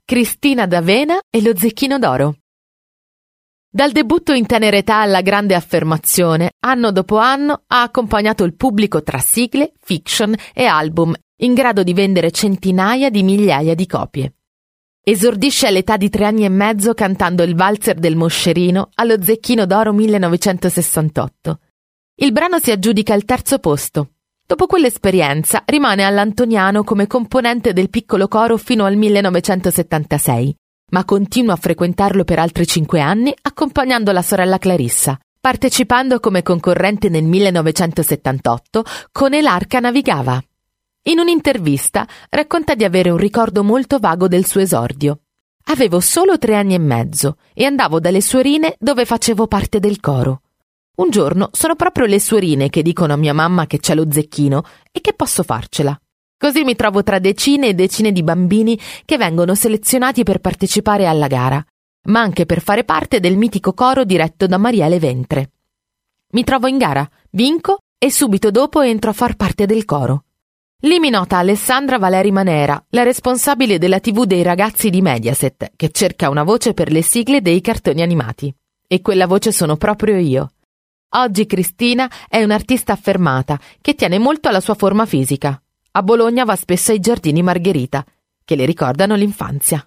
Cristina D'Avena e lo Zecchino d'Oro. Dal debutto in tenera età alla grande affermazione, anno dopo anno ha accompagnato il pubblico tra sigle, fiction e album, in grado di vendere centinaia di migliaia di copie. Esordisce all'età di 3 anni e mezzo cantando il valzer del Moscerino allo Zecchino d'Oro 1968. Il brano si aggiudica il 3° posto. Dopo quell'esperienza rimane all'Antoniano come componente del piccolo coro fino al 1976, ma continua a frequentarlo per altri 5 anni accompagnando la sorella Clarissa, partecipando come concorrente nel 1978 con Elarca Navigava. In un'intervista racconta di avere un ricordo molto vago del suo esordio. Avevo solo 3 anni e mezzo e andavo dalle suorine dove facevo parte del coro. Un giorno sono proprio le suorine che dicono a mia mamma che c'è lo Zecchino e che posso farcela. Così mi trovo tra decine e decine di bambini che vengono selezionati per partecipare alla gara, ma anche per fare parte del mitico coro diretto da Mariele Ventre. Mi trovo in gara, vinco e subito dopo entro a far parte del coro. Lì mi nota Alessandra Valeri Manera, la responsabile della TV dei ragazzi di Mediaset, che cerca una voce per le sigle dei cartoni animati. E quella voce sono proprio io. Oggi Cristina è un'artista affermata che tiene molto alla sua forma fisica. A Bologna va spesso ai Giardini Margherita, che le ricordano l'infanzia.